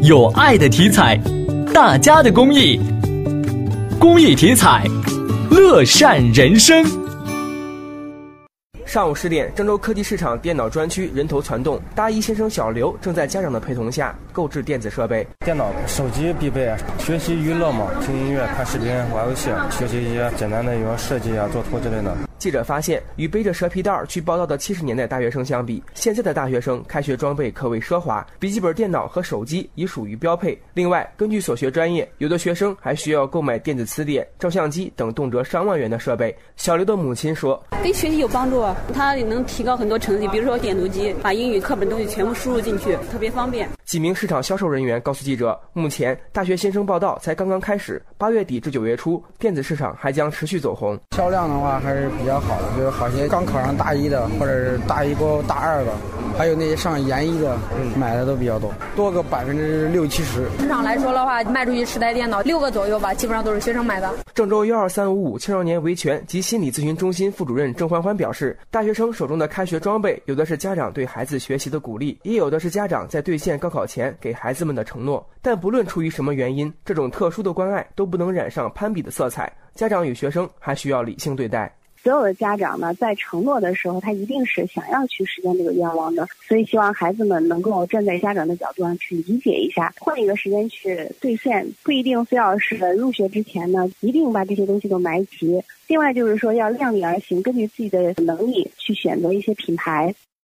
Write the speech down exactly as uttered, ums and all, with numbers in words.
有爱的体彩，大家的公益，公益体彩，乐善人生。 上午十点，郑州科技市场电脑专区人头攒动，大一新生小刘正在家长的陪同下购置电子设备。 电脑、手机必备，学习娱乐嘛，听音乐、看视频、玩游戏，学习一些简单的语言设计啊、做图之类的。 记者发现，与背着蛇皮袋去报到的七十年代大学生相比，现在的大学生开学装备可谓奢华，笔记本电脑和手机已属于标配。另外，根据所学专业，有的学生还需要购买电子词典、照相机等动辄上万元的设备。小刘的母亲说：“ 对学习有帮助，它也能提高很多成绩，比如说点读机，把英语课本东西全部输入进去，特别方便。” 几名市场销售人员告诉记者，目前大学新生报到才刚刚开始，八月底至九月初，电子市场还将持续走红。 销量的话还是比较好的，就是好些刚考上大一的，或者是大一过大二的，还有那些上研一的，嗯，买的都比较多，多个百分之六七十。 市场来说的话，卖出去十台电脑，六个左右吧，基本上都是学生买的。 郑州幺二三五五青少年维权及心理咨询中心副主任郑欢欢表示，大学生手中的开学装备，有的是家长对孩子学习的鼓励，也有的是家长在兑现高考前给孩子们的承诺。但不论出于什么原因，这种特殊的关爱都不能染上攀比的色彩，家长与学生还需要理性对待。 所有的家长呢，在承诺的时候，他一定是想要去实现这个愿望的，所以希望孩子们能够站在家长的角度上去理解一下，换一个时间去兑现，不一定非要是入学之前呢，一定把这些东西都买齐。另外就是说，要量力而行，根据自己的能力去选择一些品牌。